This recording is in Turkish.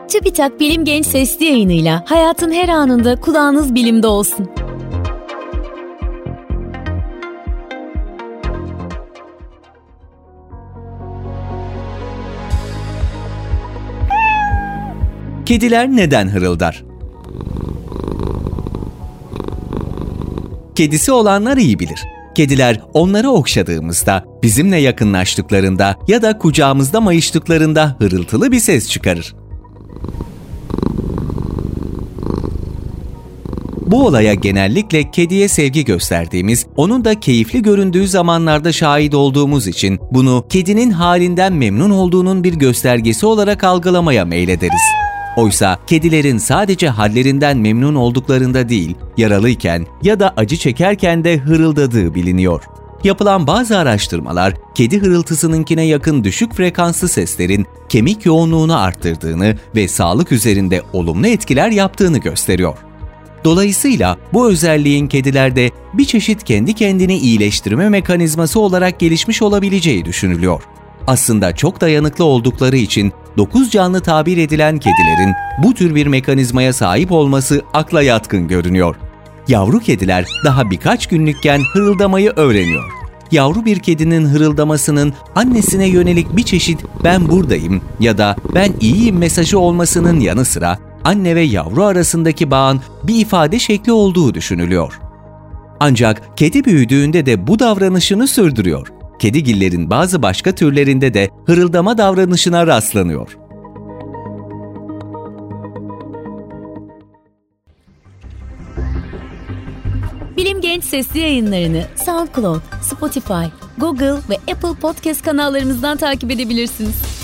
TÜBİTAK Bilim Genç Sesli Yayınıyla hayatın her anında kulağınız bilimde olsun. Kediler neden hırıldar? Kedisi olanlar iyi bilir. Kediler onları okşadığımızda, bizimle yakınlaştıklarında ya da kucağımızda mayıştıklarında hırıltılı bir ses çıkarır. Bu olaya genellikle kediye sevgi gösterdiğimiz, onun da keyifli göründüğü zamanlarda şahit olduğumuz için bunu kedinin halinden memnun olduğunun bir göstergesi olarak algılamaya meylederiz. Oysa kedilerin sadece hallerinden memnun olduklarında değil, yaralıyken ya da acı çekerken de hırıldadığı biliniyor. Yapılan bazı araştırmalar, kedi hırıltısınınkine yakın düşük frekanslı seslerin kemik yoğunluğunu arttırdığını ve sağlık üzerinde olumlu etkiler yaptığını gösteriyor. Dolayısıyla bu özelliğin kedilerde bir çeşit kendi kendini iyileştirme mekanizması olarak gelişmiş olabileceği düşünülüyor. Aslında çok dayanıklı oldukları için 9 canlı tabir edilen kedilerin bu tür bir mekanizmaya sahip olması akla yatkın görünüyor. Yavru kediler daha birkaç günlükken hırıldamayı öğreniyor. Yavru bir kedinin hırıldamasının annesine yönelik bir çeşit "ben buradayım" ya da "ben iyiyim" mesajı olmasının yanı sıra anne ve yavru arasındaki bağın bir ifade şekli olduğu düşünülüyor. Ancak kedi büyüdüğünde de bu davranışını sürdürüyor. Kedigillerin bazı başka türlerinde de hırıldama davranışına rastlanıyor. Bilim Genç Sesli Yayınlarını SoundCloud, Spotify, Google ve Apple Podcast kanallarımızdan takip edebilirsiniz.